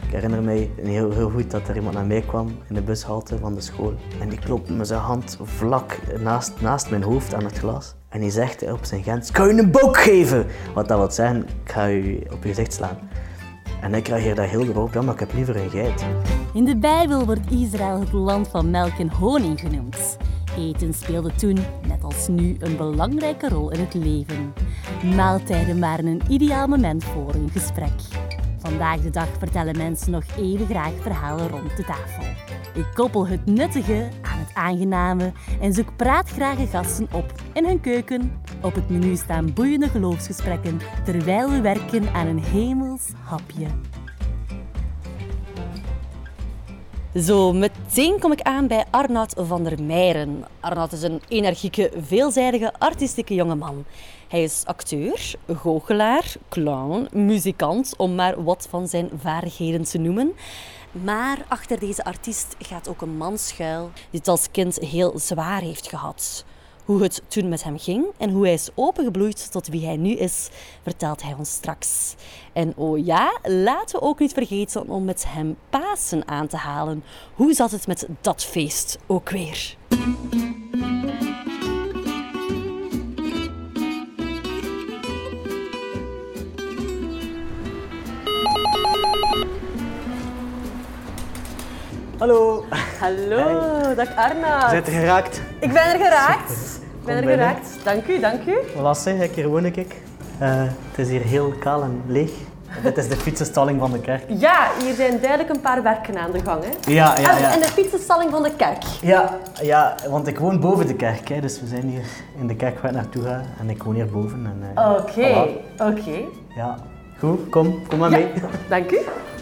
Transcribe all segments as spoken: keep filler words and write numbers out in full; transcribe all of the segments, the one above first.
Ik herinner mij heel, heel goed dat er iemand naar mij kwam in de bushalte van de school. En die klopte met zijn hand vlak naast, naast mijn hoofd aan het glas. En die zegt op zijn Gens, ik ga je een boek geven! Wat dat wil zeggen, ik ga je op je gezicht slaan. En ik reageer daar heel erop, ja, maar ik heb liever een geit. In de Bijbel wordt Israël het land van melk en honing genoemd. Eten speelde toen, net als nu, een belangrijke rol in het leven. Maaltijden waren een ideaal moment voor een gesprek. Vandaag de dag vertellen mensen nog even graag verhalen rond de tafel. Ik koppel het nuttige aan het aangename en zoek praatgrage gasten op in hun keuken. Op het menu staan boeiende geloofsgesprekken terwijl we werken aan een hemels hapje. Zo, meteen kom ik aan bij Arnoud van der Meijeren. Arnoud is een energieke, veelzijdige, artistieke jongeman. Hij is acteur, goochelaar, clown, muzikant, om maar wat van zijn vaardigheden te noemen. Maar achter deze artiest gaat ook een man schuil die het als kind heel zwaar heeft gehad. Hoe het toen met hem ging en hoe hij is opengebloeid tot wie hij nu is, vertelt hij ons straks. En oh ja, laten we ook niet vergeten om met hem Pasen aan te halen. Hoe zat het met dat feest ook weer? Hallo. Hallo, hey. Dag Arnoud. Zijn er geraakt? Ik ben er geraakt. Ik ben er binnen. geraakt. Dank u, dank u. Voilà, zeg, hier woon ik. Uh, het is hier heel kaal en leeg. Dit is de fietsenstalling van de kerk. Ja, hier zijn duidelijk een paar werken aan de gang. Hè? Ja, ja, ja. En de fietsenstalling van de kerk. Ja, ja, want ik woon boven de kerk. Hè, dus we zijn hier in de kerk waar ik naartoe ga. En ik woon hier boven. Oké, uh, oké. Okay, voilà. Okay. Ja, goed. Kom, kom maar ja, mee. Dank u.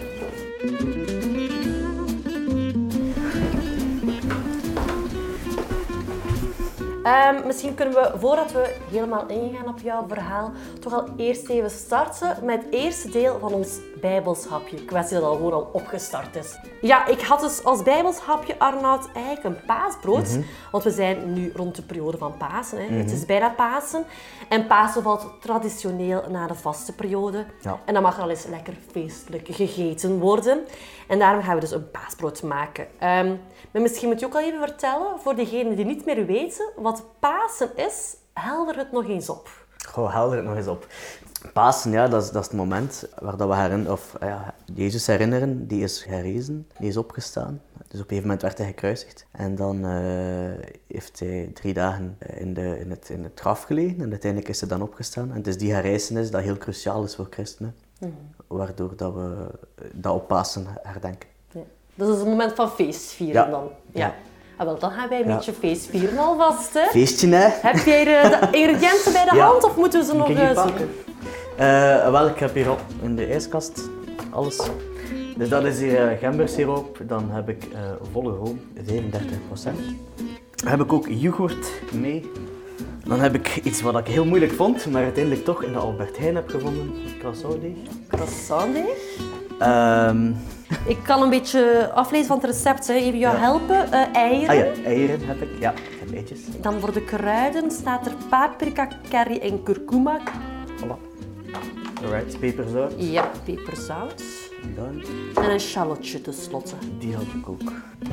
Um, misschien kunnen we, voordat we helemaal ingaan op jouw verhaal, toch al eerst even starten met het eerste deel van ons Bijbelshapje. Kwestie dat al gewoon al opgestart is. Ja, ik had dus als Bijbelshapje, Arnoud, eigenlijk een paasbrood. Mm-hmm. Want we zijn nu rond de periode van Pasen. Hè. Mm-hmm. Het is bijna Pasen. En Pasen valt traditioneel na de vaste periode. Ja. En dan mag er al eens lekker feestelijk gegeten worden. En daarom gaan we dus een paasbrood maken. Um, maar misschien moet je ook al even vertellen, voor degenen die niet meer weten wat Pasen is, helder het nog eens op. Goh, helder het nog eens op. Pasen, ja, dat is, dat is het moment waar dat we herinneren, of, ja, Jezus herinneren, die is herrezen, die is opgestaan. Dus op een gegeven moment werd hij gekruisigd. En dan uh, heeft hij drie dagen in, de, in, het, in het graf gelegen en uiteindelijk is hij dan opgestaan. En het is die herrijzenis dat heel cruciaal is voor christenen, mm-hmm. waardoor dat we dat op Pasen herdenken. Ja. Dat is een moment van feestvieren ja. dan. Ja. Ja. Ah, wel, dan gaan wij een ja. beetje feestvieren alvast. Hè? Feestje, hè? Heb jij de ingrediënten bij de ja. hand of moeten we ze nog uh, zoeken? Uh, wel, ik heb hier al in de ijskast alles. Dus dat is hier uh, gembersiroop, dan heb ik uh, volle room, zevenendertig procent. Dan heb ik ook yoghurt mee. Dan heb ik iets wat ik heel moeilijk vond, maar uiteindelijk toch in de Albert Heijn heb gevonden. Croissantdeeg. Croissantdeeg? Um, Ik kan een beetje aflezen van het recept, hè. Even jou ja. helpen. Uh, eieren. Ah ja, eieren heb ik. Ja, ik heb eitjes. Dan voor de kruiden staat er paprika, curry en kurkuma. Voilà. Alright, peperzout. Ja, peperzout. Dan. En een shallotje tenslotte. Die had ik ook.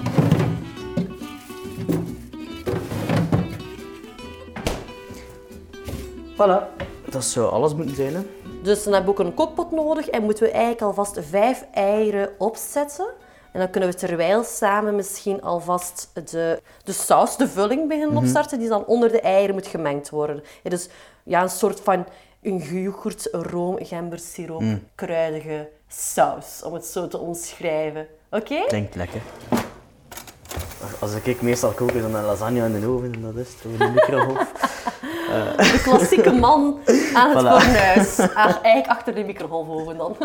Voilà. Dat zou alles moeten zijn, hè. Dus dan hebben we ook een kookpot nodig en moeten we eigenlijk alvast vijf eieren opzetten. En dan kunnen we terwijl samen misschien alvast de, de saus, de vulling beginnen mm-hmm. opstarten, die dan onder de eieren moet gemengd worden. Ja, dus ja, een soort van een yoghurt, room, gembersiroop, mm. kruidige saus, om het zo te omschrijven. Oké? Okay? Klinkt lekker. Als ik meestal kook, is dan een lasagne in de oven en dat is het, in de microgolf. Uh. De klassieke man aan het voilà. fornuis. Eigenlijk achter de microgolfoven dan.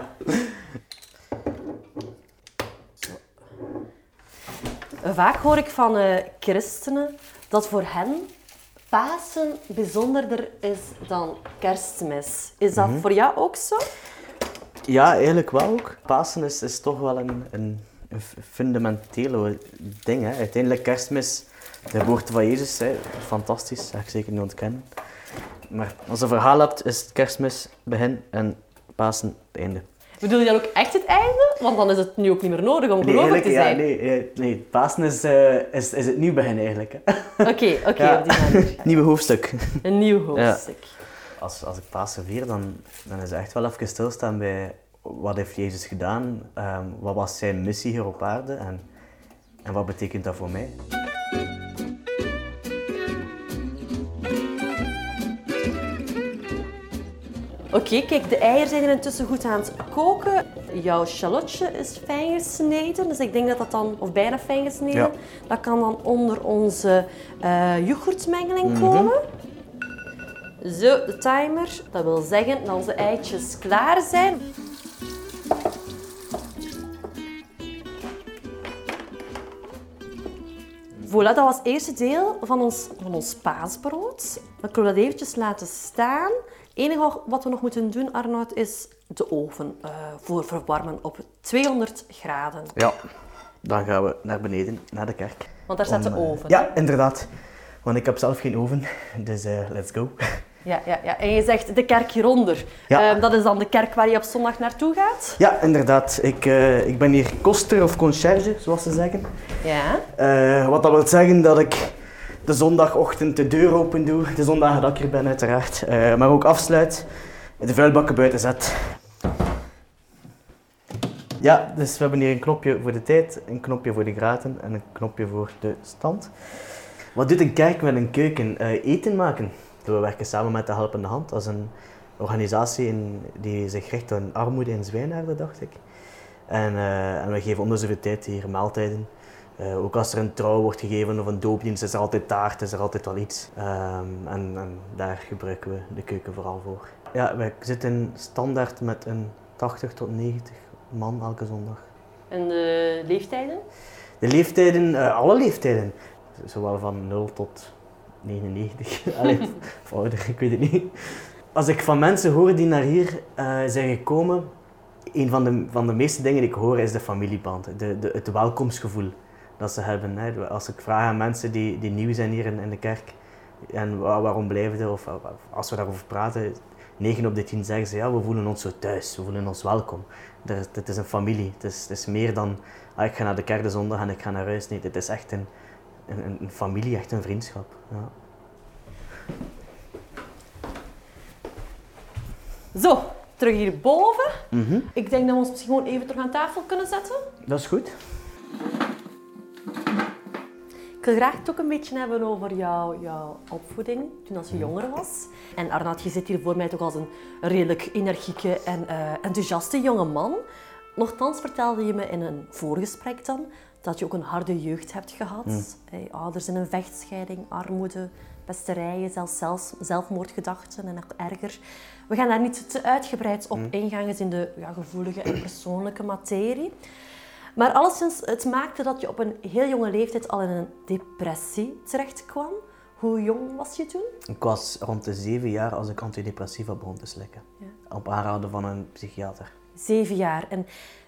Vaak hoor ik van uh, christenen dat voor hen Pasen bijzonderder is dan Kerstmis. Is dat mm-hmm. voor jou ook zo? Ja, eigenlijk wel ook. Pasen is, is toch wel een, een, een fundamenteel ding. Hè. Uiteindelijk Kerstmis, de geboorte van Jezus, hè. Fantastisch, dat ga ik zeker niet ontkennen. Maar als je een verhaal hebt, is het Kerstmis begin en Pasen het einde. Bedoel je dan ook echt het einde? Want dan is het nu ook niet meer nodig om Nee, gelovig eigenlijk, te ja, zijn. nee, eh, nee, Pasen is, eh, is, is het nieuw begin eigenlijk. hè. Oké, oké, Ja. op die manier. Nieuwe hoofdstuk. Een nieuw hoofdstuk. Als, als ik Pasen vier, dan, dan is het echt wel even stilstaan bij wat heeft Jezus gedaan, um, wat was zijn missie hier op aarde en, en wat betekent dat voor mij. Oké, okay, kijk, de eieren zijn er intussen goed aan het koken. Jouw shallotje is fijn gesneden, dus ik denk dat dat dan, of bijna fijn gesneden, Ja. dat kan dan onder onze uh, yoghurtmengeling Mm-hmm. komen. Zo, de timer. Dat wil zeggen dat onze eitjes klaar zijn. Voilà, dat was het eerste deel van ons, van ons paasbrood. Ik wil dat eventjes laten staan. Het enige wat we nog moeten doen, Arnoud, is de oven uh, voor verwarmen op tweehonderd graden. Ja, dan gaan we naar beneden, naar de kerk. Want daar staat Om, de oven. Uh, ja, inderdaad. Want ik heb zelf geen oven, dus uh, let's go. Ja, ja, ja, en je zegt de kerk hieronder. Ja. Uh, dat is dan de kerk waar je op zondag naartoe gaat? Ja, inderdaad. Ik, uh, ik ben hier koster of conciërge, zoals ze zeggen. Ja. Uh, wat dat wil zeggen dat ik de zondagochtend de deur open doe, de zondagen dat ik hier ben uiteraard, uh, maar ook afsluit, de vuilbakken buiten zet. Ja, dus we hebben hier een knopje voor de tijd, een knopje voor de graten en een knopje voor de stand. Wat doet een kerk met een keuken? Uh, eten maken. We werken samen met de Helpende Hand. Dat is een organisatie in, die zich richt aan armoede in Zwijnaarden, dacht ik. En, uh, en we geven onder zoveel tijd hier maaltijden. Uh, ook als er een trouw wordt gegeven of een doopdienst, is er altijd taart, is er altijd wel iets. Um, en, en daar gebruiken we de keuken vooral voor. Ja, wij zitten standaard met een tachtig tot negentig man elke zondag. En de leeftijden? De leeftijden, uh, alle leeftijden. Zowel van nul tot negenennegentig. Allee, of ouder, ik weet het niet. Als ik van mensen hoor die naar hier uh, zijn gekomen, een van de, van de meeste dingen die ik hoor is de familieband, de, de, het welkomstgevoel dat ze hebben. Hè. Als ik vraag aan mensen die, die nieuw zijn hier in, in de kerk en waar, waarom blijven ze, of als we daarover praten, negen op de tien zeggen ze ja, we voelen ons zo thuis, we voelen ons welkom. Het is een familie, het is, het is meer dan ah, ik ga naar de kerk de zondag en ik ga naar huis. Nee, het is echt een, een, een familie, echt een vriendschap. Ja. Zo, terug hierboven. Mm-hmm. Ik denk dat we ons misschien gewoon even terug aan tafel kunnen zetten. Dat is goed. Ik wil graag het ook een beetje hebben over jou, jouw opvoeding toen als je jonger was. En Arnoud, je zit hier voor mij toch als een redelijk energieke en uh, enthousiaste jonge man. Nochtans vertelde je me in een voorgesprek dan dat je ook een harde jeugd hebt gehad. Mm. Hey, ouders in een vechtscheiding, armoede, pesterijen, zelfs, zelfs zelfmoordgedachten en nog erger. We gaan daar niet te uitgebreid op mm. ingaan, gezien de ja, gevoelige en persoonlijke materie. Maar alleszins, het maakte dat je op een heel jonge leeftijd al in een depressie terecht kwam. Hoe jong was je toen? Ik was rond de zeven jaar als ik antidepressiva begon te slikken. Ja. Op aanraden van een psychiater. Zeven jaar. En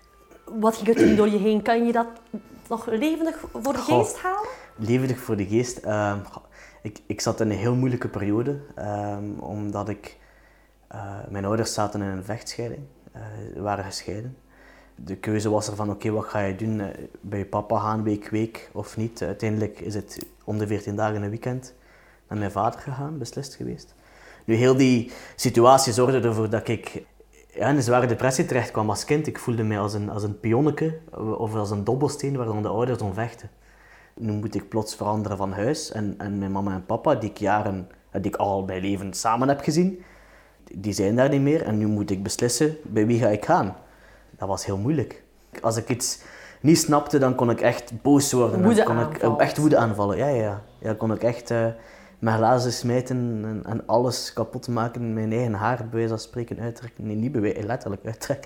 wat ging er toen door je heen? Kan je dat nog levendig voor de geest Goh, halen? Levendig voor de geest? Uh, ik, ik zat in een heel moeilijke periode. Uh, omdat ik... Uh, mijn ouders zaten in een vechtscheiding. Uh, waren gescheiden. De keuze was er van, oké, okay, wat ga je doen? Bij je papa gaan, week, week of niet? Uiteindelijk is het om de veertien dagen een weekend naar mijn vader gegaan, beslist geweest. Nu, heel die situatie zorgde ervoor dat ik ja, in een zware depressie terecht kwam als kind. Ik voelde mij als een, als een pionneke of als een dobbelsteen waar dan de ouders om vechten. Nu moet ik plots veranderen van huis en, en mijn mama en papa, die ik jaren, die ik al bij leven samen heb gezien, die zijn daar niet meer en nu moet ik beslissen bij wie ga ik gaan. Dat was heel moeilijk. Als ik iets niet snapte, dan kon ik echt boos worden. Woede kon ik echt woede aanvallen. Ja, ja, ja. Ja, kon ik echt uh, mijn glazen smijten en, en alles kapot maken. Mijn eigen haar, bij wijze van spreken, uittrekken. Nee, niet bij wijze, letterlijk uittrekken.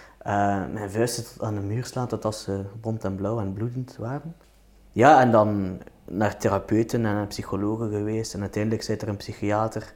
Uh, mijn vuisten aan de muur slaan tot als ze bont en blauw en bloedend waren. Ja, en dan naar therapeuten en psychologen geweest. En uiteindelijk zei er een psychiater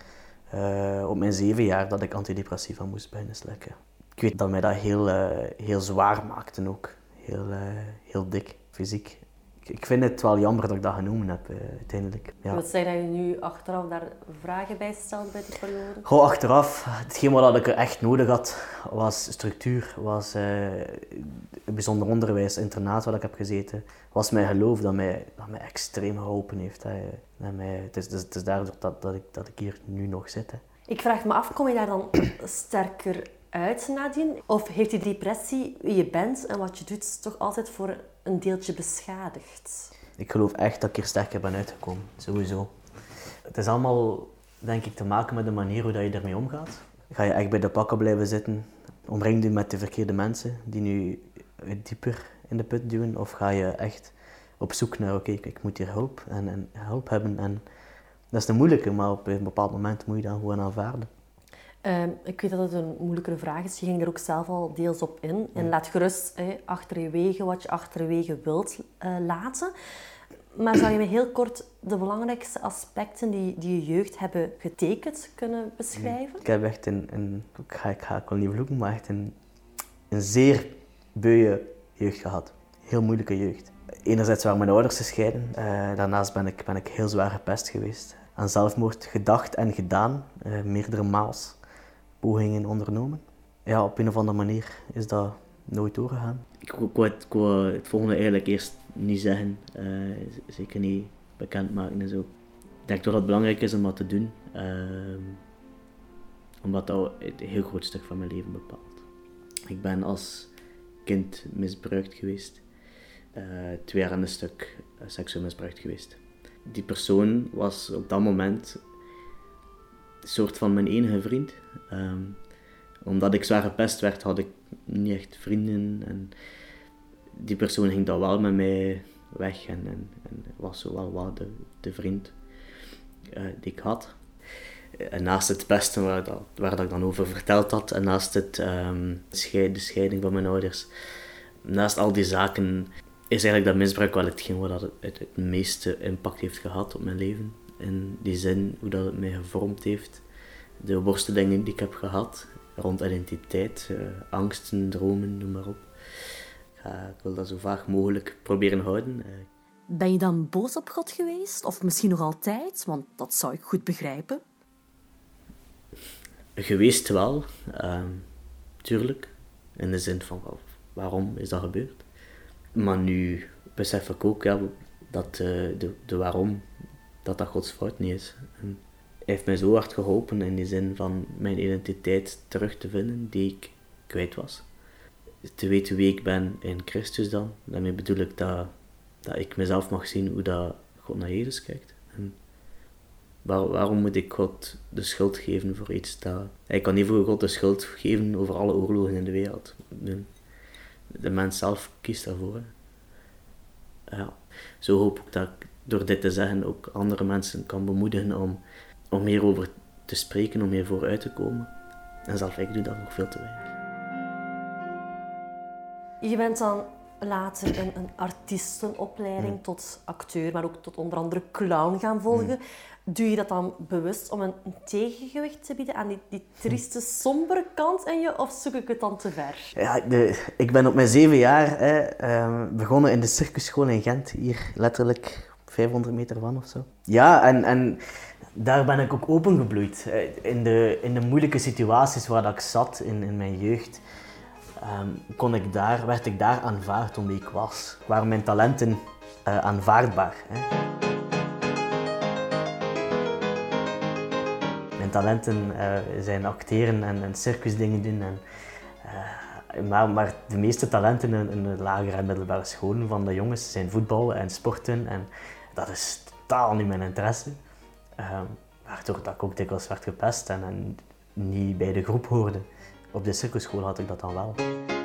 uh, op mijn zeven jaar dat ik antidepressiva moest beginnen slikken. Ik weet dat mij dat heel, uh, heel zwaar maakte ook. Heel, uh, heel dik, fysiek. ik vind het wel jammer dat ik dat genomen heb, uh, uiteindelijk. Ja. Je wilt zeggen dat je nu achteraf daar vragen bij stelt bij die periode? Goh, achteraf, hetgeen wat ik er echt nodig had, was structuur, was uh, bijzonder onderwijs, internaat waar ik heb gezeten, was mijn geloof dat mij, dat mij extreem geholpen heeft. Hè. Dat mij, het, is, het is daardoor dat, dat, ik, dat ik hier nu nog zit. Hè. Ik vraag me af, kom je daar dan sterker uit nadien? Of heeft die depressie, wie je bent en wat je doet, toch altijd voor een deeltje beschadigd? Ik geloof echt dat ik hier sterker ben uitgekomen, sowieso. Het is allemaal, denk ik, te maken met de manier hoe je ermee omgaat. Ga je echt bij de pakken blijven zitten, omring je met de verkeerde mensen die nu dieper in de put duwen? Of ga je echt op zoek naar, oké, okay, ik moet hier hulp en, en hulp hebben. En dat is de moeilijke, maar op een bepaald moment moet je dat gewoon aanvaarden. Uh, ik weet dat het een moeilijkere vraag is. Je ging er ook zelf al deels op in. En laat gerust eh, achter je wegen wat je achterwege wilt uh, laten. Maar zou je me heel kort de belangrijkste aspecten die, die je jeugd hebben getekend kunnen beschrijven? Ik heb echt een, een ik, ga, ik ga ik wil niet vloeken, maar echt een, een zeer beuie jeugd gehad. Heel moeilijke jeugd. Enerzijds waren mijn ouders gescheiden. Uh, daarnaast ben ik, ben ik heel zwaar gepest geweest. Aan zelfmoord gedacht en gedaan, uh, meerdere maals. Pogingen ondernomen. Ja, op een of andere manier is dat nooit doorgegaan. Ik wou het, het volgende eigenlijk eerst niet zeggen, uh, zeker niet bekendmaken en zo. Ik denk toch dat het belangrijk is om dat te doen, uh, omdat dat een heel groot stuk van mijn leven bepaalt. Ik ben als kind misbruikt geweest, uh, twee jaar en een stuk uh, seksueel misbruikt geweest. Die persoon was op dat moment een soort van mijn enige vriend. Um, omdat ik zwaar gepest werd, had ik niet echt vrienden. En die persoon ging dan wel met mij weg en, en, en was zo wel, wel de, de vriend uh, die ik had. En naast het pesten waar, dat, waar dat ik dan over verteld had, en naast het, um, scheid, de scheiding van mijn ouders, naast al die zaken, is eigenlijk dat misbruik wel hetgeen wat het, het, het meeste impact heeft gehad op mijn leven. In die zin, hoe dat het mij gevormd heeft. De worstelingen die ik heb gehad, rond identiteit, uh, angsten, dromen, noem maar op. Uh, ik wil dat zo vaag mogelijk proberen houden. Uh, Ben je dan boos op God geweest? Of misschien nog altijd? Want dat zou ik goed begrijpen. Geweest wel, uh, tuurlijk. In de zin van, waarom is dat gebeurd? Maar nu besef ik ook ja, dat uh, de, de waarom, dat dat Gods fout niet is. En hij heeft mij zo hard geholpen in die zin van mijn identiteit terug te vinden die ik kwijt was. Te weten wie ik ben in Christus dan. Daarmee bedoel ik dat, dat ik mezelf mag zien hoe dat God naar Jezus kijkt. En waar, waarom moet ik God de schuld geven voor iets dat... Hij kan niet voor God de schuld geven over alle oorlogen in de wereld. De, de mens zelf kiest daarvoor. Ja. Zo hoop ik dat ik door dit te zeggen ook andere mensen kan bemoedigen om, om meer over te spreken, om meer vooruit te komen. En zelf, ik doe dat nog veel te weinig. Je bent dan later een, een artiestenopleiding mm. tot acteur, maar ook tot onder andere clown gaan volgen. Mm. Doe je dat dan bewust om een, een tegengewicht te bieden aan die, die trieste, sombere kant in je, of zoek ik het dan te ver? Ja, de, ik ben op mijn zeven jaar hè, uh, begonnen in de circusschool in Gent, hier letterlijk vijfhonderd meter van of zo. Ja, en, en daar ben ik ook opengebloeid. In de, in de moeilijke situaties waar dat ik zat in, in mijn jeugd, um, kon ik daar, werd ik daar aanvaard om wie ik was. Waren mijn talenten uh, aanvaardbaar. Hè. Mijn talenten uh, zijn acteren en, en circusdingen doen. En, uh, maar, maar de meeste talenten in, in de lagere en middelbare scholen van de jongens zijn voetbal en sporten. En dat is totaal niet mijn interesse. Uh, waardoor dat ik ook dikwijls werd gepest en, en niet bij de groep hoorde. Op de circusschool had ik dat dan wel.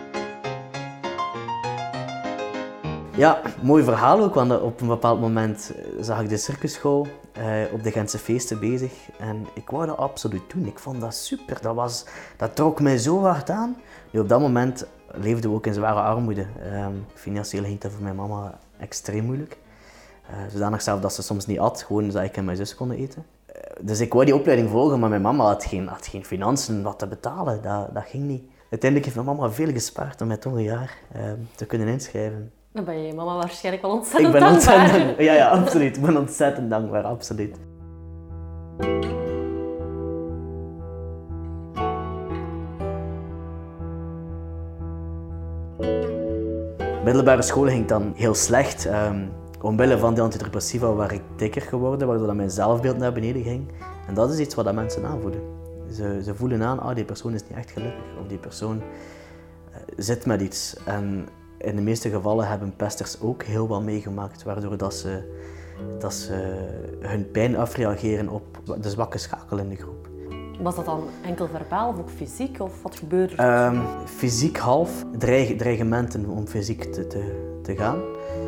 Ja, mooi verhaal ook, want op een bepaald moment zag ik de circusschool uh, op de Gentse feesten bezig. En ik wou dat absoluut doen. Ik vond dat super. Dat, was, dat trok mij zo hard aan. Nu, op dat moment leefden we ook in zware armoede. Um, financieel ging dat voor mijn mama extreem moeilijk. Uh, zodanig zelf dat ze soms niet at, gewoon zodat ik en mijn zus konden eten. Uh, dus ik wou die opleiding volgen, maar mijn mama had geen, had geen financiën om dat te betalen. Dat, dat ging niet. Uiteindelijk heeft mijn mama veel gespaard om mij toch een jaar uh, te kunnen inschrijven. Dan ben je je mama waarschijnlijk wel ontzettend Ik ben dankbaar. ontzettend dankbaar. Ja, ja, absoluut. Ik ben ontzettend dankbaar, absoluut. Middelbare school ging dan heel slecht. Um, omwille van die antidepressiva was ik dikker geworden, waardoor dat mijn zelfbeeld naar beneden ging. En dat is iets wat dat mensen aanvoelen. Ze, ze voelen aan, ah, die persoon is niet echt gelukkig. Of die persoon uh, zit met iets. En in de meeste gevallen hebben pesters ook heel wat meegemaakt, waardoor dat ze, dat ze hun pijn afreageren op de zwakke schakel in de groep. Was dat dan enkel verbaal of ook fysiek? Of wat gebeurde er? Um, fysiek half, dreig, dreigementen om fysiek te, te, te gaan.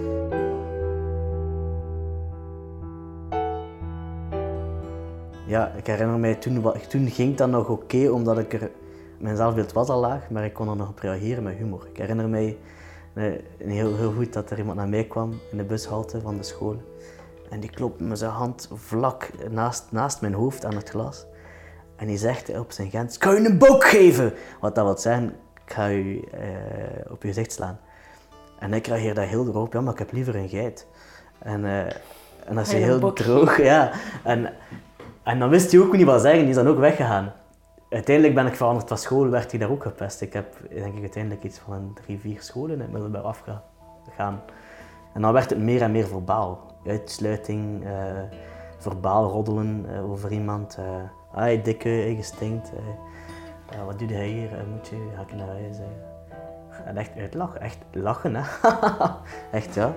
Ja, ik herinner mij, toen, toen ging dat nog oké, okay, omdat ik er, mijn zelfbeeld was al laag, maar ik kon er nog op reageren met humor. Ik herinner mij uh, heel, heel goed dat er iemand naar mij kwam in de bushalte van de school. En die klopte met zijn hand vlak naast, naast mijn hoofd aan het glas. En die zegt op zijn Gens, kan je een boek geven? Wat dat wil zeggen, ik ga je uh, op je gezicht slaan. En ik reageer daar heel erop, ja, maar ik heb liever een geit. En, uh, en dat is heel droog, ja. En, en dan wist hij ook niet wat zeggen, die is dan ook weggegaan. Uiteindelijk ben ik veranderd van school, werd hij daar ook gepest. Ik heb denk ik uiteindelijk iets van een drie, vier scholen in het middelbaar afgegaan. En dan werd het meer en meer verbaal. Uitsluiting, uh, verbaal roddelen uh, over iemand. Uh, ah, je dikke, je stinkt. Uh, uh, wat doe jij hier? Uh, moet je, ga ik naar huis? Uh. En echt uitlachen, echt lachen, hè. Echt, ja.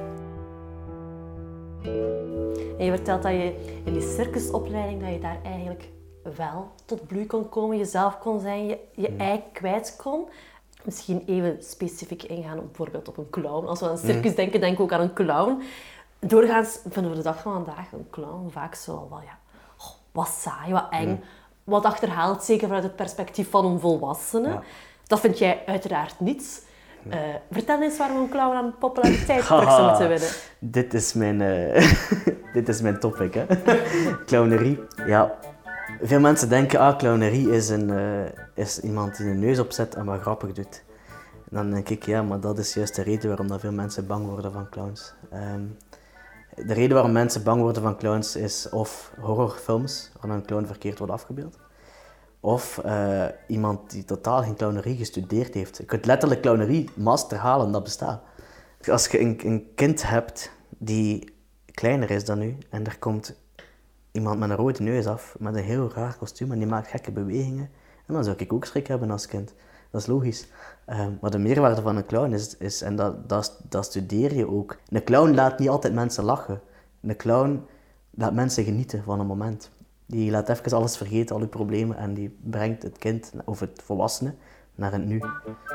En je vertelt dat je in die circusopleiding, dat je daar eigenlijk wel tot bloei kon komen, jezelf kon zijn, je, je mm. ei kwijt kon. Misschien even specifiek ingaan op bijvoorbeeld op een clown. Als we aan een circus mm. denken, denken we ook aan een clown. Doorgaans vinden we de dag van vandaag een clown vaak zo wel, ja, oh, wat saai, wat eng, mm. wat achterhaald, zeker vanuit het perspectief van een volwassene. Ja. Dat vind jij uiteraard niet. Uh, vertel eens waarom een clown aan populariteit terug zou moeten winnen. Dit is mijn, uh, dit is mijn topic, hè. Clownerie. Ja. Veel mensen denken, ah, clownerie is, een, uh, is iemand die een neus opzet en wat grappig doet. En dan denk ik, ja, maar dat is juist de reden waarom dat veel mensen bang worden van clowns. Um, de reden waarom mensen bang worden van clowns is of horrorfilms, waar een clown verkeerd wordt afgebeeld. Of uh, iemand die totaal geen clownerie gestudeerd heeft. Je kunt letterlijk clownerie master halen, dat bestaat. Als je een, een kind hebt die kleiner is dan u en er komt iemand met een rode neus af, met een heel raar kostuum en die maakt gekke bewegingen, en dan zou ik ook schrik hebben als kind. Dat is logisch. Uh, maar de meerwaarde van een clown is, is en dat, dat, dat studeer je ook. Een clown laat niet altijd mensen lachen. Een clown laat mensen genieten van een moment. Die laat even alles vergeten, al uw problemen, en die brengt het kind, of het volwassene, naar het nu.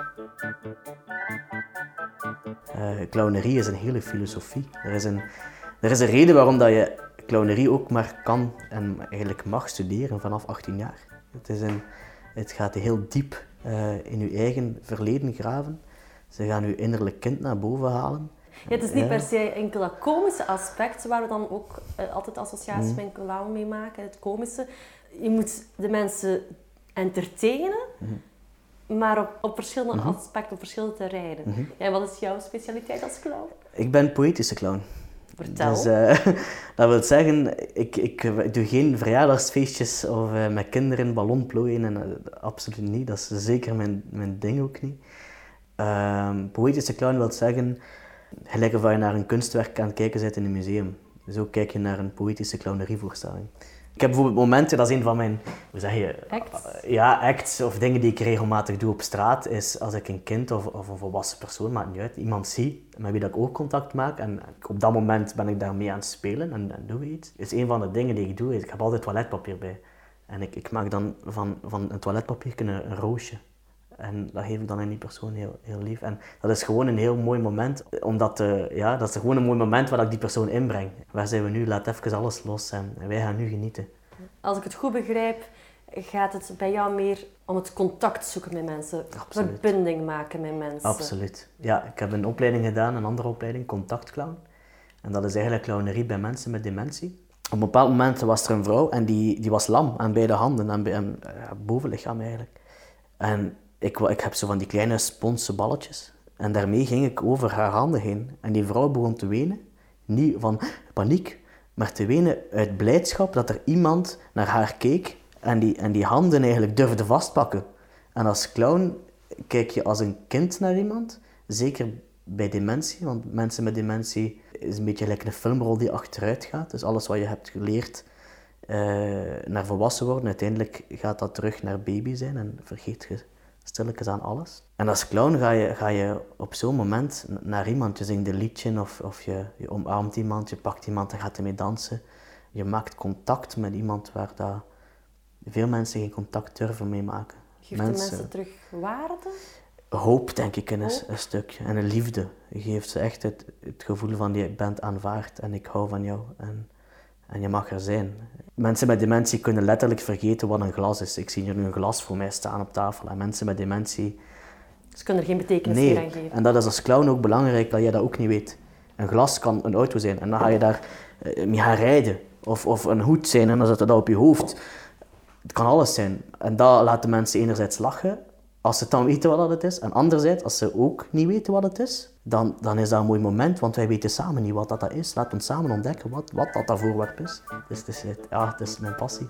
Uh, clownerie is een hele filosofie. Er is een, er is een reden waarom dat je clownerie ook maar kan en eigenlijk mag studeren vanaf achttien jaar. Het, is een, het gaat heel diep uh, in je eigen verleden graven. Ze gaan je innerlijk kind naar boven halen. Ja, het is niet ja. per se enkel dat komische aspect waar we dan ook uh, altijd associaties mm. met een clown mee maken, het komische. Je moet de mensen entertainen, mm. maar op, op verschillende mm-hmm. aspecten, op verschillende terreinen. Mm-hmm. Ja, wat is jouw specialiteit als clown? Ik ben poëtische clown. Vertel. Dus, uh, dat wil zeggen, ik, ik, ik doe geen verjaardagsfeestjes of uh, met kinderen ballon plooien. En, uh, absoluut niet, dat is zeker mijn, mijn ding ook niet. Uh, poëtische clown wil zeggen, gelijk of je naar een kunstwerk aan het kijken bent in een museum. Zo kijk je naar een poëtische clownerievoorstelling. Ik heb bijvoorbeeld momenten, dat is een van mijn, hoe zeg je? Acts? Ja, acts of dingen die ik regelmatig doe op straat, is als ik een kind of, of een volwassen persoon, maakt niet uit, iemand zie met wie dat ik ook contact maak en op dat moment ben ik daarmee aan het spelen en, en doen we iets. Het is een van de dingen die ik doe, is, ik heb altijd toiletpapier bij. En ik, ik maak dan van, van een toiletpapier een, een roosje. En dat geef ik dan aan die persoon heel, heel lief. En dat is gewoon een heel mooi moment, omdat uh, ja, dat is gewoon een mooi moment waar ik die persoon inbreng. Waar zijn we nu? Laat even alles los en wij gaan nu genieten. Als ik het goed begrijp, gaat het bij jou meer om het contact zoeken met mensen, Absoluut. verbinding maken met mensen. Absoluut. Ja, ik heb een opleiding gedaan, een andere opleiding, contactclown. En dat is eigenlijk clownerie bij mensen met dementie. Op een bepaald moment was er een vrouw en die, die was lam aan beide handen en bij een uh, bovenlichaam eigenlijk. En Ik, ik heb zo van die kleine sponse balletjes En daarmee ging ik over haar handen heen. En die vrouw begon te wenen. Niet van paniek, maar te wenen uit blijdschap dat er iemand naar haar keek en die, en die handen eigenlijk durfde vastpakken. En als clown kijk je als een kind naar iemand, zeker bij dementie, want mensen met dementie is een beetje gelijk een filmrol die achteruit gaat. Dus alles wat je hebt geleerd uh, naar volwassen worden, uiteindelijk gaat dat terug naar baby zijn en vergeet je stilletjes aan alles. En als clown ga je, ga je op zo'n moment naar iemand, je zingt een liedje of, of je, je omarmt iemand, je pakt iemand en gaat ermee dansen. Je maakt contact met iemand waar dat veel mensen geen contact durven mee maken. Geeft de mensen, mensen terug waarde? Hoop, denk ik, in een, een stukje. En een liefde. Je geeft ze echt het, het gevoel van je bent aanvaard en ik hou van jou. En, en je mag er zijn. Mensen met dementie kunnen letterlijk vergeten wat een glas is. Ik zie hier nu een glas voor mij staan op tafel. En mensen met dementie... Ze kunnen er geen betekenis nee. meer aan geven. En dat is als clown ook belangrijk, dat jij dat ook niet weet. Een glas kan een auto zijn. En dan ga je daar uh, mee gaan rijden. Of, of een hoed zijn en dan zit dat op je hoofd. Het kan alles zijn. En dat laat de mensen enerzijds lachen, als ze dan weten wat het is. En anderzijds, als ze ook niet weten wat het is, dan, dan is dat een mooi moment, want wij weten samen niet wat dat is. Laat ons samen ontdekken wat, wat dat, dat voorwerp is. Dus het is, ja, het is mijn passie.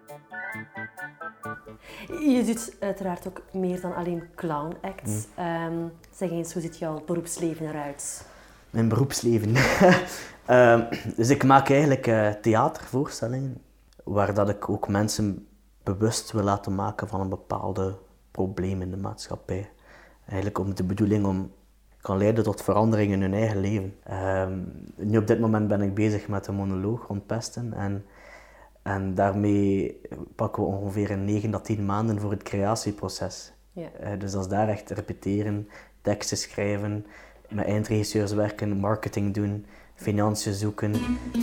Je doet uiteraard ook meer dan alleen clown acts. Mm. Um, zeg eens, hoe ziet jouw beroepsleven eruit? Mijn beroepsleven? um, dus ik maak eigenlijk uh, theatervoorstellingen, waar dat ik ook mensen bewust wil laten maken van een bepaalde probleem in de maatschappij. Eigenlijk om de bedoeling om kan leiden tot verandering in hun eigen leven. Um, nu op dit moment ben ik bezig met een monoloog rond pesten en, en daarmee pakken we ongeveer een negen tot tien maanden voor het creatieproces. Ja. Uh, dus dat is daar echt repeteren, teksten schrijven, met eindregisseurs werken, marketing doen, financiën zoeken.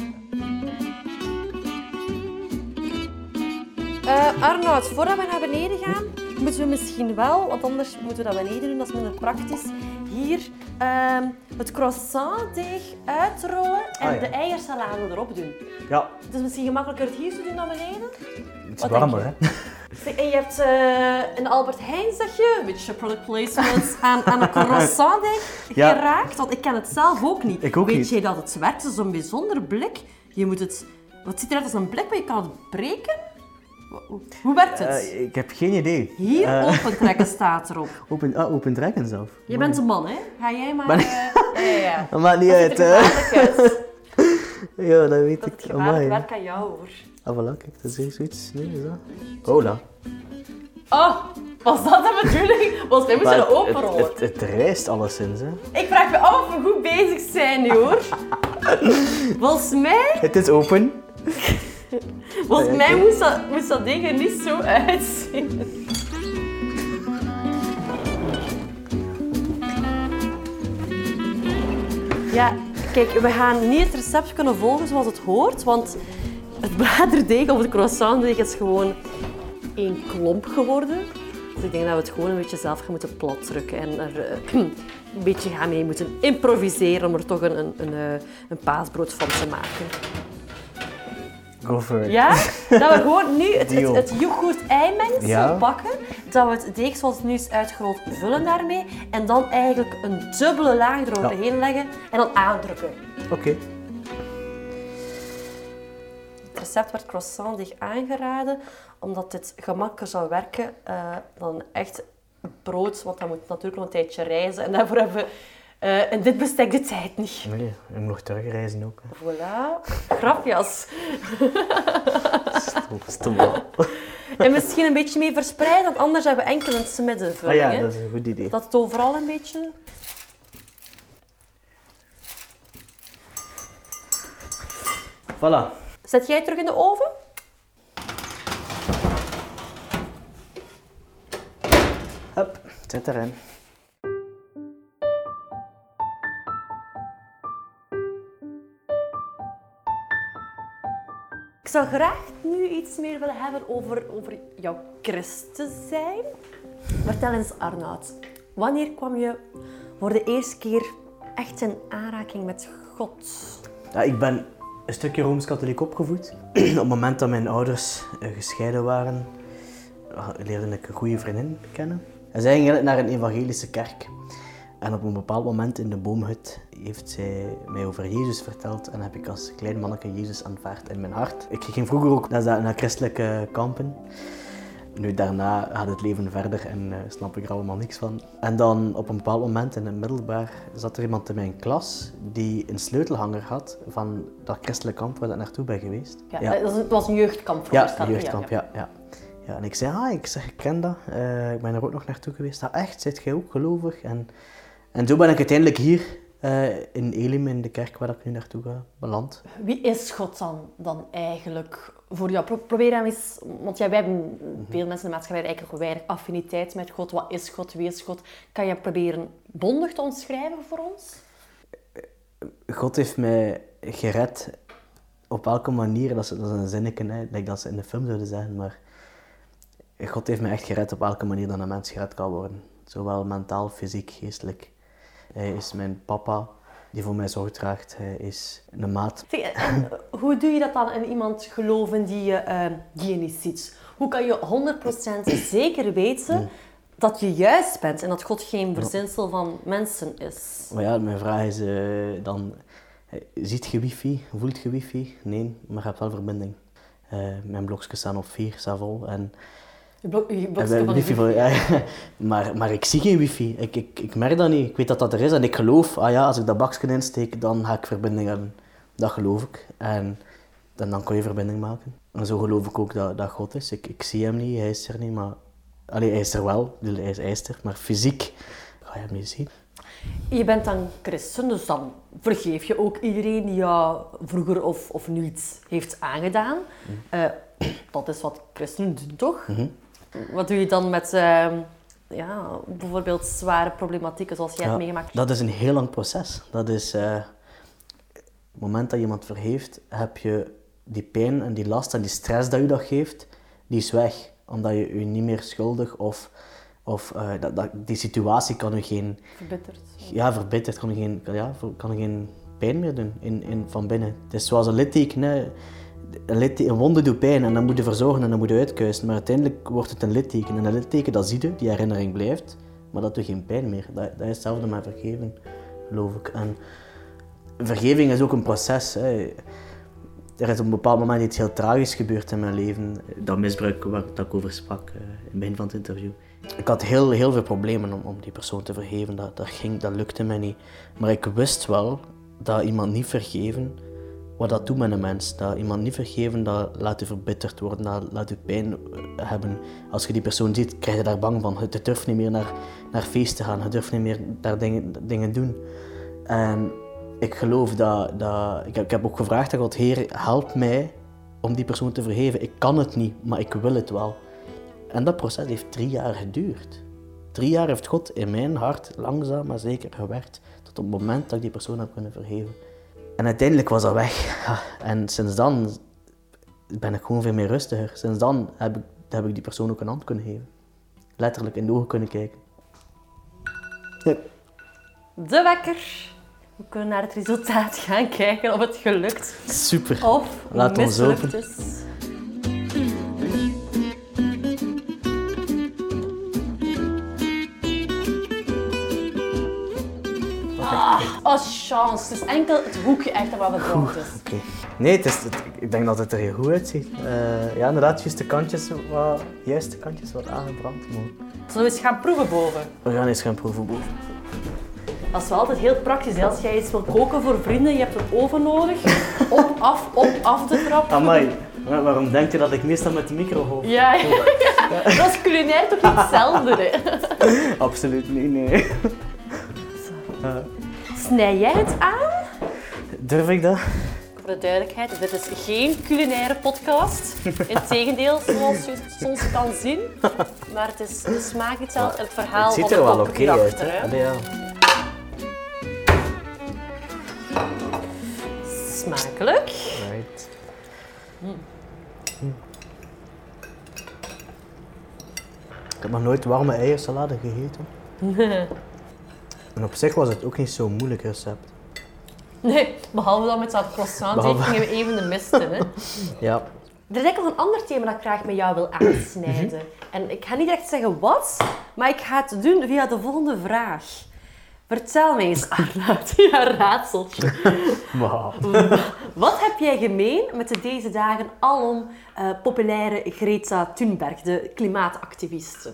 Uh, Arnoud, voordat we naar beneden gaan, moeten we misschien wel, want anders moeten we dat beneden doen, dat is minder praktisch, hier uh, het croissantdeeg uitrollen en ah, ja. de eiersalade erop doen. Ja. Het is misschien gemakkelijker het hier te doen dan beneden. Het is warmer, hè? En je hebt uh, een Albert Heijn, zeg je, een beetje product placement, aan, aan een croissantdeeg ja. geraakt. Want ik ken het zelf ook niet. Ik ook Weet niet. je dat het werkt? Het is zo'n bijzonder blik. Je moet het, wat ziet eruit als een blik, maar je kan het breken. Hoe werkt het? Uh, ik heb geen idee. Hier uh, opentrekken staat erop. Open, ah, opentrekken zelf. Je bent een man, hè? Ga jij maar... Uh, ja, ja, ja. Dat maakt niet dat uit, hè? Ja, dat weet dat ik. Het gevaarlijk werk aan jou, hoor. Ah, voilà, kijk, dat is hier zoiets. Nee, is dat? Hola. Oh, was dat de bedoeling? Volgens mij moet je een open rollen. Het, het, het rijst alleszins, hè? Ik vraag me af of we goed bezig zijn nu, hoor. Volgens mij... Het is open. Volgens mij moest dat, moest dat ding er niet zo uitzien. Ja, kijk, we gaan niet het recept kunnen volgen zoals het hoort, want het bladerdeeg of het croissantdeeg is gewoon één klomp geworden. Dus ik denk dat we het gewoon een beetje zelf gaan moeten platdrukken en er uh, een beetje gaan mee moeten improviseren om er toch een, een, een, een paasbrood van te maken. Go for it. Ja? Dat we gewoon nu het, het, het yoghurt-ei-mengsel ja. pakken. Dat we het deeg zoals het nu is uitgerold vullen daarmee. En dan eigenlijk een dubbele laag eroverheen ja. leggen en dan aandrukken. Oké. Okay. Het recept werd croissantdeeg aangeraden, omdat dit gemakkelijker zou werken uh, dan echt brood. Want dat moet natuurlijk nog een tijdje rijzen. En daarvoor hebben we uh, in dit bestek de tijd niet. Nee, je moet nog terugreizen ook. Hè. Voilà. Grapjas. Stom, stom. En misschien een beetje mee verspreiden, want anders hebben we enkel een smiddenvulling. Ah ja, dat is een goed idee. Dat het overal een beetje... Voilà. Zet jij terug in de oven? Hup, zet erin. Ik zou graag nu iets meer willen hebben over, over jouw christen zijn. Vertel eens, Arnoud. Wanneer kwam je voor de eerste keer echt in aanraking met God? Ja, ik ben een stukje Rooms-Katholiek opgevoed. Op het moment dat mijn ouders gescheiden waren, leerde ik een goede vriendin kennen. En zij ging naar een evangelische kerk. En op een bepaald moment in de boomhut heeft zij mij over Jezus verteld en heb ik als klein manneke Jezus aanvaard in mijn hart. Ik ging vroeger ook naar, naar christelijke kampen. Nu, daarna gaat het leven verder en uh, snap ik er allemaal niks van. En dan op een bepaald moment in het middelbaar zat er iemand in mijn klas die een sleutelhanger had van dat christelijk kamp waar ik naartoe ben geweest. Ja, ja. Het was een jeugdkamp. Ja, een jeugdkamp, ja. ja, ja. ja en ik zei, ah, ik, zeg, ik ken dat. Uh, ik ben er ook nog naartoe geweest. Ah, echt? Zit jij ook gelovig? En, en zo ben ik uiteindelijk hier uh, in Elim, in de kerk waar ik nu naartoe ga, beland. Wie is God dan, dan eigenlijk voor jou? Pro probeer hem eens, want ja, wij hebben, veel mensen in de maatschappij eigenlijk weinig affiniteit met God. Wat is God? Wie is God? Kan je proberen bondig te omschrijven voor ons? God heeft mij gered op welke manier, dat is, dat is een zinnetje, hè, like dat ze in de film zouden zeggen, maar God heeft mij echt gered op elke manier dat een mens gered kan worden. Zowel mentaal, fysiek, geestelijk. Hij is mijn papa die voor mij zorg draagt. Hij is een maat. En hoe doe je dat dan in iemand geloven die je, uh, die je niet ziet? Hoe kan je honderd procent zeker weten mm. dat je juist bent en dat God geen verzinsel van mensen is? Maar ja, mijn vraag is uh, dan... Ziet je wifi? Voelt je wifi? Nee, maar je hebt wel verbinding. Uh, mijn blokjes staan op vier, staan vol. En je blok, je blokjes van wifi. Voor, ja, maar, maar ik zie geen wifi. Ik, ik, ik merk dat niet. Ik weet dat dat er is en ik geloof, ah ja, als ik dat bakje insteek, dan ga ik verbinding hebben. Dat geloof ik. En, en dan kan je verbinding maken. En zo geloof ik ook dat, dat God is. Ik, ik zie hem niet, hij is er niet, maar... Allee, hij is er wel, hij is, hij is er, maar fysiek ga je hem niet zien. Je bent dan christen, dus dan vergeef je ook iedereen die jou vroeger of, of nu iets heeft aangedaan. Mm. Uh, dat is wat christenen doen, toch? Mm-hmm. Wat doe je dan met uh, ja, bijvoorbeeld zware problematieken zoals jij ja, hebt meegemaakt? Dat is een heel lang proces. Dat is, uh, op het moment dat je iemand vergeeft, heb je die pijn en die last en die stress dat je dat geeft, die is weg. Omdat je je niet meer schuldig of... Of uh, dat, dat, die situatie kan u geen... Verbitterd. Ja, verbitterd. Kan u geen, ja, kan u geen pijn meer doen in, in, van binnen. Het is zoals een litteken. Hè. Een, litteken, een wonde doet pijn en dan moet je verzorgen en dan moet je uitkuisen. Maar uiteindelijk wordt het een litteken. En een litteken, dat zie je, die herinnering blijft. Maar dat doet geen pijn meer. Dat, dat is hetzelfde met vergeven, geloof ik. En vergeving is ook een proces. Hè. Er is op een bepaald moment iets heel tragisch gebeurd in mijn leven. Dat misbruik waar ik over sprak uh, in het begin van het interview. Ik had heel, heel veel problemen om, om die persoon te vergeven. Dat, dat, ging, dat lukte mij niet. Maar ik wist wel dat iemand niet vergeven, wat dat doet met een mens. Dat iemand niet vergeven, dat laat u verbitterd worden, dat laat u pijn hebben. Als je die persoon ziet, krijg je daar bang van. Je durft niet meer naar, naar feesten gaan, je durft niet meer daar dingen, dingen doen. En ik geloof dat... dat ik, heb, ik heb ook gevraagd aan God, Heer, help mij om die persoon te vergeven. Ik kan het niet, maar ik wil het wel. En dat proces heeft drie jaar geduurd. Drie jaar heeft God in mijn hart langzaam maar zeker gewerkt tot op het moment dat ik die persoon heb kunnen vergeven. En uiteindelijk was dat weg. En sinds dan ben ik gewoon veel meer rustiger. Sinds dan heb ik, heb ik die persoon ook een hand kunnen geven. Letterlijk in de ogen kunnen kijken. Ja. De wekker. We kunnen naar het resultaat gaan kijken of het gelukt. Super. Of Laat ons mislukt is. Ah, als chance. Het is enkel het hoekje echt wat bedoeld is. Okay. Nee, het is, het, ik denk dat het er heel goed uitziet. Uh, ja, inderdaad, juist de kantjes wat, juist de kantjes wat aangebrand. Maar... Zullen we eens gaan proeven boven? We gaan eens gaan proeven boven. Dat is wel altijd heel praktisch. Hè? Als jij iets wil koken voor vrienden, je hebt een oven nodig. Op, af, op, af de trap. Amai, waarom denk je dat ik meestal met de micro hoor? Ja, ja, ja. Dat is culinair toch niet hetzelfde, hè? Absoluut niet, nee. Uh. Snij jij het aan? Durf ik dat? Voor de duidelijkheid, dit is geen culinaire podcast. Integendeel, zoals je soms kan zien. Maar het is de smaak hetzelfde en het verhaal het ziet van er de wel oké okay uit, hè? Allee, ja. Smakelijk. Right. Mm. Mm. Ik heb nog nooit warme eiersalade gegeten. En op zich was het ook niet zo'n moeilijk recept. Nee, behalve dan met dat croissant behalve... gingen we even de mist in. Hè? Ja. Er is eigenlijk nog een ander thema dat ik graag met jou wil aansnijden. Mm-hmm. En ik ga niet echt zeggen wat, maar ik ga het doen via de volgende vraag. Vertel mij eens, Arnoud, ja, raadseltje. Wow. Wat heb jij gemeen met de deze dagen alom uh, populaire Greta Thunberg, de klimaatactiviste?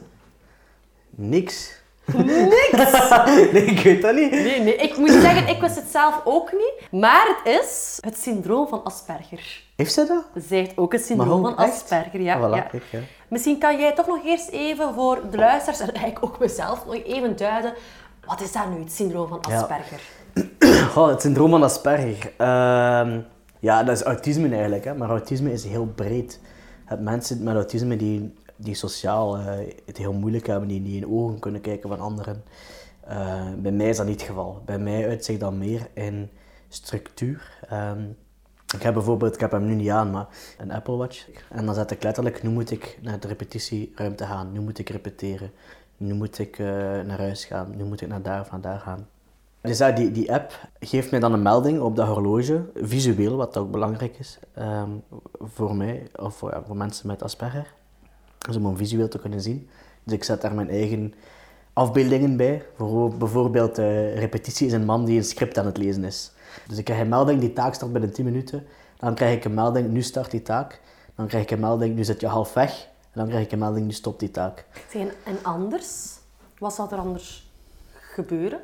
Niks. Niks! Nee, ik weet dat niet. Nee, nee, ik moet zeggen, ik wist het zelf ook niet. Maar het is het syndroom van Asperger. Heeft zij dat? Zij heeft ook het syndroom Maar ook van echt? Asperger, ja. Ah, voilà, ja. kijk, ja. Misschien kan jij toch nog eerst even voor de luisteraars, en eigenlijk ook mezelf, nog even duiden. Wat is dat nu, het syndroom van Asperger? Ja. Oh, het syndroom van Asperger. Uh, ja, dat is autisme eigenlijk, hè? Maar autisme is heel breed. Je hebt mensen met autisme die, die sociaal uh, het heel moeilijk hebben, die niet in ogen kunnen kijken van anderen. Uh, bij mij is dat niet het geval. Bij mij uitzicht dat meer in structuur. Um, ik heb bijvoorbeeld, ik heb hem nu niet aan, maar een Apple Watch. En dan zet ik letterlijk, nu moet ik naar de repetitieruimte gaan, nu moet ik repeteren. Nu moet ik uh, naar huis gaan, nu moet ik naar daar of naar daar gaan. Dus ja, die, die app geeft mij dan een melding op dat horloge, visueel, wat ook belangrijk is um, voor mij, of voor, ja, voor mensen met Asperger. Dus om hem visueel te kunnen zien. Dus ik zet daar mijn eigen afbeeldingen bij. Voor, bijvoorbeeld, uh, repetitie is een man die een script aan het lezen is. Dus ik krijg een melding, die taak start binnen tien minuten. Dan krijg ik een melding, nu start die taak. Dan krijg ik een melding, nu zit je half weg. En dan krijg ik een melding, nu stopt die taak. En anders? Wat zou er anders gebeuren?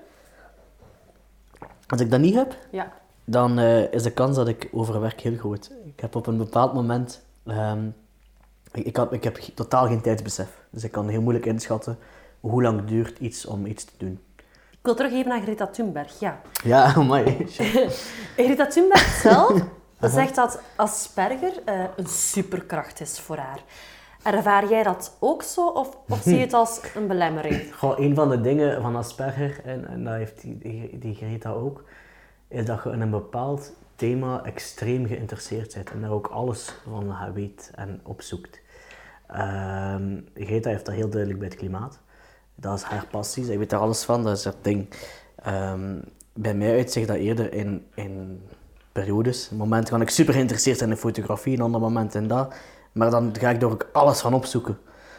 Als ik dat niet heb, ja. dan uh, is de kans dat ik overwerk heel groot. Ik heb op een bepaald moment... Um, ik, ik, had, ik heb totaal geen tijdsbesef. Dus ik kan heel moeilijk inschatten hoe lang het duurt iets om iets te doen. Ik wil terug even naar Greta Thunberg, ja. Ja, amai. Greta Thunberg zelf zegt dat Asperger uh, een superkracht is voor haar. Ervaar jij dat ook zo, of, of zie je het als een belemmering? Goh, een van de dingen van Asperger, en, en dat heeft die, die, die Greta ook, is dat je in een bepaald thema extreem geïnteresseerd bent en daar ook alles van weet en opzoekt. Uh, Greta heeft dat heel duidelijk bij het klimaat. Dat is haar passie, zij weet daar alles van, dat is haar ding. Um, bij mij uitzicht dat eerder in, in periodes. Een moment kan ik super geïnteresseerd zijn in fotografie, een ander moment in dat. Maar dan ga ik er ook alles van opzoeken.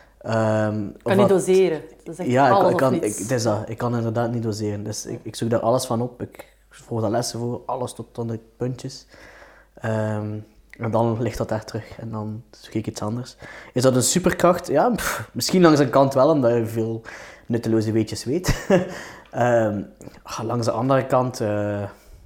Um, kan niet doseren? Dat is echt ja, alles ik, ik, kan, of ik, niets. het is dat. Ik kan inderdaad niet doseren. Dus ik, ik zoek daar alles van op. Ik volg daar lessen voor, alles tot, tot de puntjes. Um, en dan ligt dat daar terug en dan zoek ik iets anders. Is dat een superkracht? Ja, pff, misschien langs een kant wel, omdat je veel nutteloze weetjes weet. um, langs de andere kant, uh,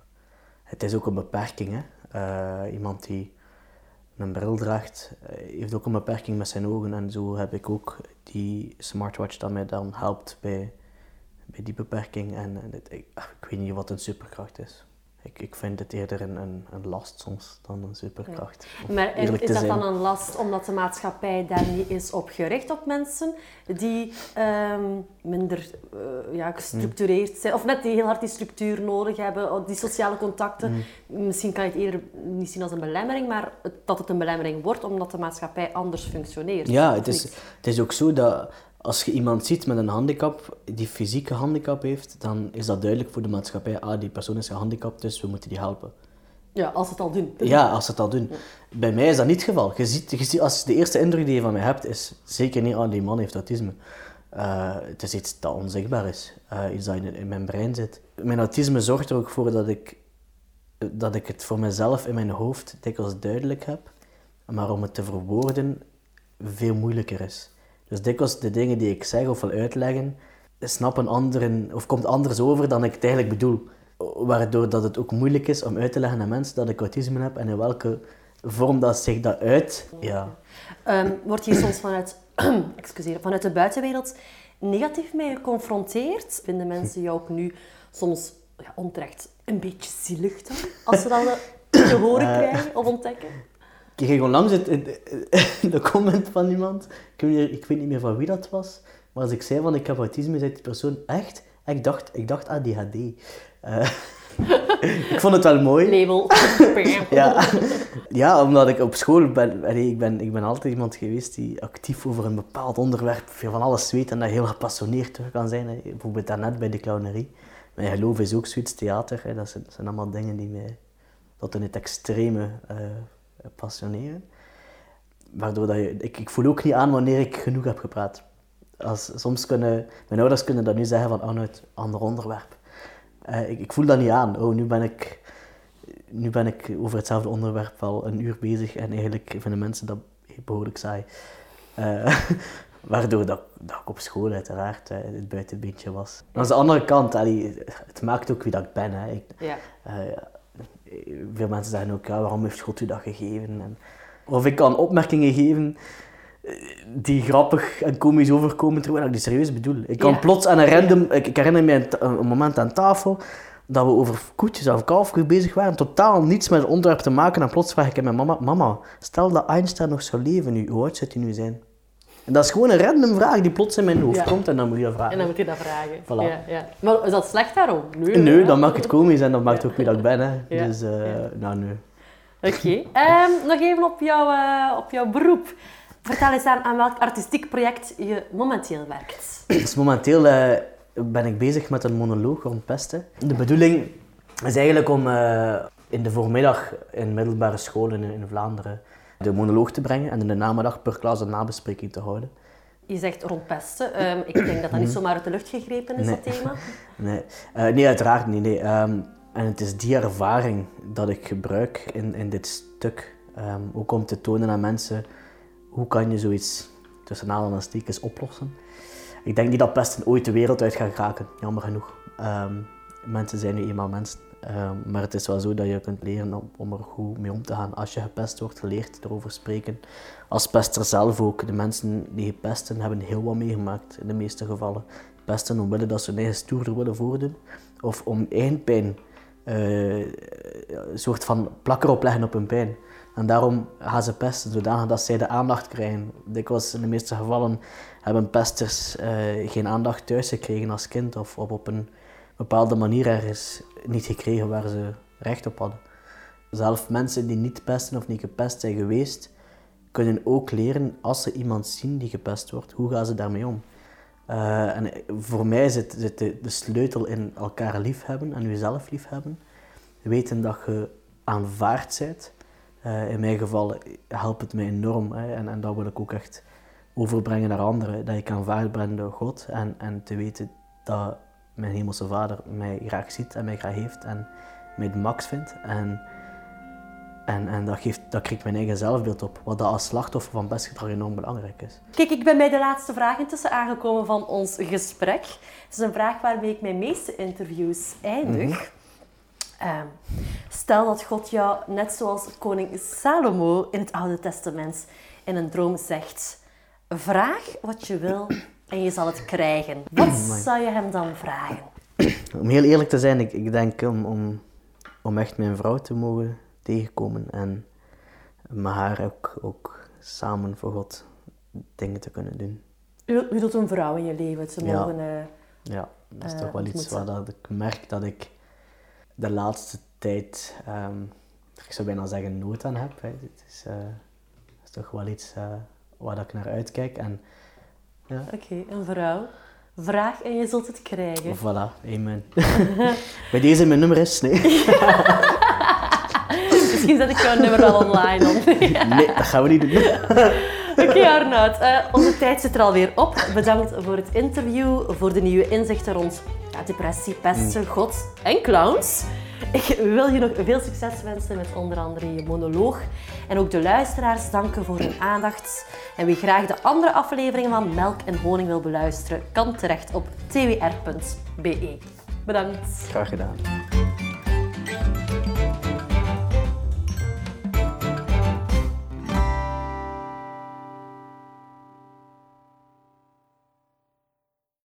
het is ook een beperking. Hè? Uh, iemand die een bril draagt, uh, heeft ook een beperking met zijn ogen. En zo heb ik ook die smartwatch dat mij dan helpt bij, bij die beperking. En, en het, ik, ik weet niet wat een superkracht is. Ik, ik vind het eerder een, een, een last soms dan een superkracht. Ja. Maar is dat zijn. dan een last omdat de maatschappij daar niet is op gericht op mensen die um, minder uh, ja, gestructureerd zijn, of net die heel hard die structuur nodig hebben, die sociale contacten? Mm. Misschien kan je het eerder niet zien als een belemmering, maar het, dat het een belemmering wordt omdat de maatschappij anders functioneert. Ja, het is, het is ook zo dat als je iemand ziet met een handicap, die fysieke handicap heeft, dan is dat duidelijk voor de maatschappij, ah, die persoon is gehandicapt, dus we moeten die helpen. Ja, als ze het al doen. Ja, als ze het al doen. Ja. Bij mij is dat niet het geval. Je ziet, je ziet, als de eerste indruk die je van mij hebt, is zeker niet, ah, die man heeft autisme. Uh, het is iets dat onzichtbaar is, uh, iets dat in, in mijn brein zit. Mijn autisme zorgt er ook voor dat ik, dat ik het voor mezelf in mijn hoofd dikwijls duidelijk heb, maar om het te verwoorden veel moeilijker is. Dus dikwijls de dingen die ik zeg of wil uitleggen, snappen anderen, of komt anders over dan ik het eigenlijk bedoel. Waardoor dat het ook moeilijk is om uit te leggen aan mensen dat ik autisme heb en in welke vorm dat zich dat uit. Ja. Um, word je soms vanuit, excuseer, vanuit de buitenwereld negatief mee geconfronteerd? Vinden mensen jou ook nu soms ja, onterecht een beetje zielig dan? Als ze dat te horen krijgen of ontdekken? Ik kreeg onlangs het, de comment van iemand, ik weet, niet, ik weet niet meer van wie dat was, maar als ik zei van ik heb autisme, zei die persoon echt, ik dacht, ik dacht A D H D. Uh, ik vond het wel mooi. Label. ja. ja, omdat ik op school ben, allee, ik ben, ik ben altijd iemand geweest die actief over een bepaald onderwerp van alles weet en dat heel gepassioneerd kan zijn. Hè. Bijvoorbeeld daarnet bij de clownerie. Mijn geloof is ook zoiets theater, hè. Dat, zijn, dat zijn allemaal dingen die mij tot in het extreme uh, passioneren. Waardoor dat je, ik, ik voel ook niet aan wanneer ik genoeg heb gepraat. Als, soms kunnen, mijn ouders kunnen dat nu zeggen van, oh, nou, het ander onderwerp. Uh, ik, ik voel dat niet aan. Oh, nu ben ik, nu ben ik over hetzelfde onderwerp al een uur bezig en eigenlijk vinden mensen dat behoorlijk saai. Uh, waardoor dat, dat ik op school uiteraard uh, het buitenbeentje was. Maar aan de andere kant, allee, het maakt ook wie dat ik ben. Hè. Ik, ja. uh, veel mensen zeggen ook, ja, waarom heeft God u dat gegeven? En, of ik kan opmerkingen geven die grappig en komisch overkomen, terwijl ik die serieus bedoel. Ik kan ja. plots aan een random... Ik, ik herinner me een, een moment aan tafel dat we over koetjes of kalfjes bezig waren, totaal niets met het onderwerp te maken, en plots vraag ik aan mijn mama, mama, stel dat Einstein nog zou leven nu, hoe oud zou hij nu zijn? En dat is gewoon een random vraag die plots in mijn hoofd ja. komt en dan moet je dat vragen. En dan moet je dat vragen. Voilà. Ja, ja. Maar is dat slecht daarom? Nee, nee ja. dat maakt het komisch en dat maakt ook wie dat ik ben. Hè. Ja. Dus, uh, ja. nou nee. Oké. Okay. Um, nog even op, jou, uh, op jouw beroep. Vertel eens aan, aan welk artistiek project je momenteel werkt. Dus momenteel uh, ben ik bezig met een monoloog rond pesten. De bedoeling is eigenlijk om uh, in de voormiddag in middelbare scholen in, in Vlaanderen de monoloog te brengen en in de namiddag per klas een nabespreking te houden. Je zegt rond pesten. Um, ik denk dat dat niet zomaar uit de lucht gegrepen is, nee. dat thema. Nee, uh, nee uiteraard niet. Nee. Um, en het is die ervaring dat ik gebruik in, in dit stuk. Um, ook om te tonen aan mensen, hoe kan je zoiets tussen aanhalingstekens oplossen. Ik denk niet dat pesten ooit de wereld uit gaat geraken, jammer genoeg. Um, mensen zijn nu eenmaal mensen. Um, maar het is wel zo dat je kunt leren om, om er goed mee om te gaan. Als je gepest wordt, geleerd erover spreken. Als pester zelf ook. De mensen die pesten hebben heel wat meegemaakt in de meeste gevallen. Pesten omwille dat ze hun eigen stoerder willen voordoen. Of om eigen pijn. Uh, een soort van plakker opleggen op hun pijn. En daarom gaan ze pesten, zodanig dat zij de aandacht krijgen. Dikwijls in de meeste gevallen hebben pesters uh, geen aandacht thuis gekregen als kind. Of, of op een bepaalde manier ergens niet gekregen waar ze recht op hadden. Zelf mensen die niet pesten of niet gepest zijn geweest, kunnen ook leren als ze iemand zien die gepest wordt, hoe gaan ze daarmee om. Uh, en voor mij zit, zit de, de sleutel in elkaar liefhebben en jezelf liefhebben. Weten dat je aanvaard bent. Uh, in mijn geval helpt het mij enorm hè, en, en dat wil ik ook echt overbrengen naar anderen. Dat ik aanvaard ben door God en, en te weten dat mijn hemelse Vader mij graag ziet en mij graag heeft en mij de max vindt. En, en, en dat, geeft, dat krijgt mijn eigen zelfbeeld op, wat dat als slachtoffer van pestgedrag enorm belangrijk is. Kijk, ik ben bij de laatste vraag intussen aangekomen van ons gesprek. Het is een vraag waarmee ik mijn meeste interviews eindig. Mm-hmm. Um, stel dat God jou, net zoals koning Salomo in het Oude Testament, in een droom zegt: vraag wat je wil en je zal het krijgen. Wat zou je hem dan vragen? Om heel eerlijk te zijn, ik, ik denk om, om, om echt mijn vrouw te mogen tegenkomen en met haar ook, ook samen voor God dingen te kunnen doen. U, u doet een vrouw in je leven, ze mogen... Ja, uh, ja dat is uh, toch wel iets waar dat ik merk dat ik de laatste tijd, um, ik zou bijna zeggen, nood aan heb. Hè. Het is, uh, is toch wel iets uh, waar ik naar uitkijk. En, ja. Oké, okay, een vrouw. Vraag en je zult het krijgen. Voilà, amen. Bij deze mijn nummer is, nee. Misschien zet ik jouw nummer wel online op. Nee, dat gaan we niet doen. Oké okay, Arnoud, uh, onze tijd zit er alweer op. Bedankt voor het interview, voor de nieuwe inzichten rond ja, depressie, pesten, mm. God en clowns. Ik wil je nog veel succes wensen met onder andere je monoloog. En ook de luisteraars danken voor hun aandacht. En wie graag de andere afleveringen van Melk en Honing wil beluisteren, kan terecht op t w r punt b e. Bedankt. Graag gedaan.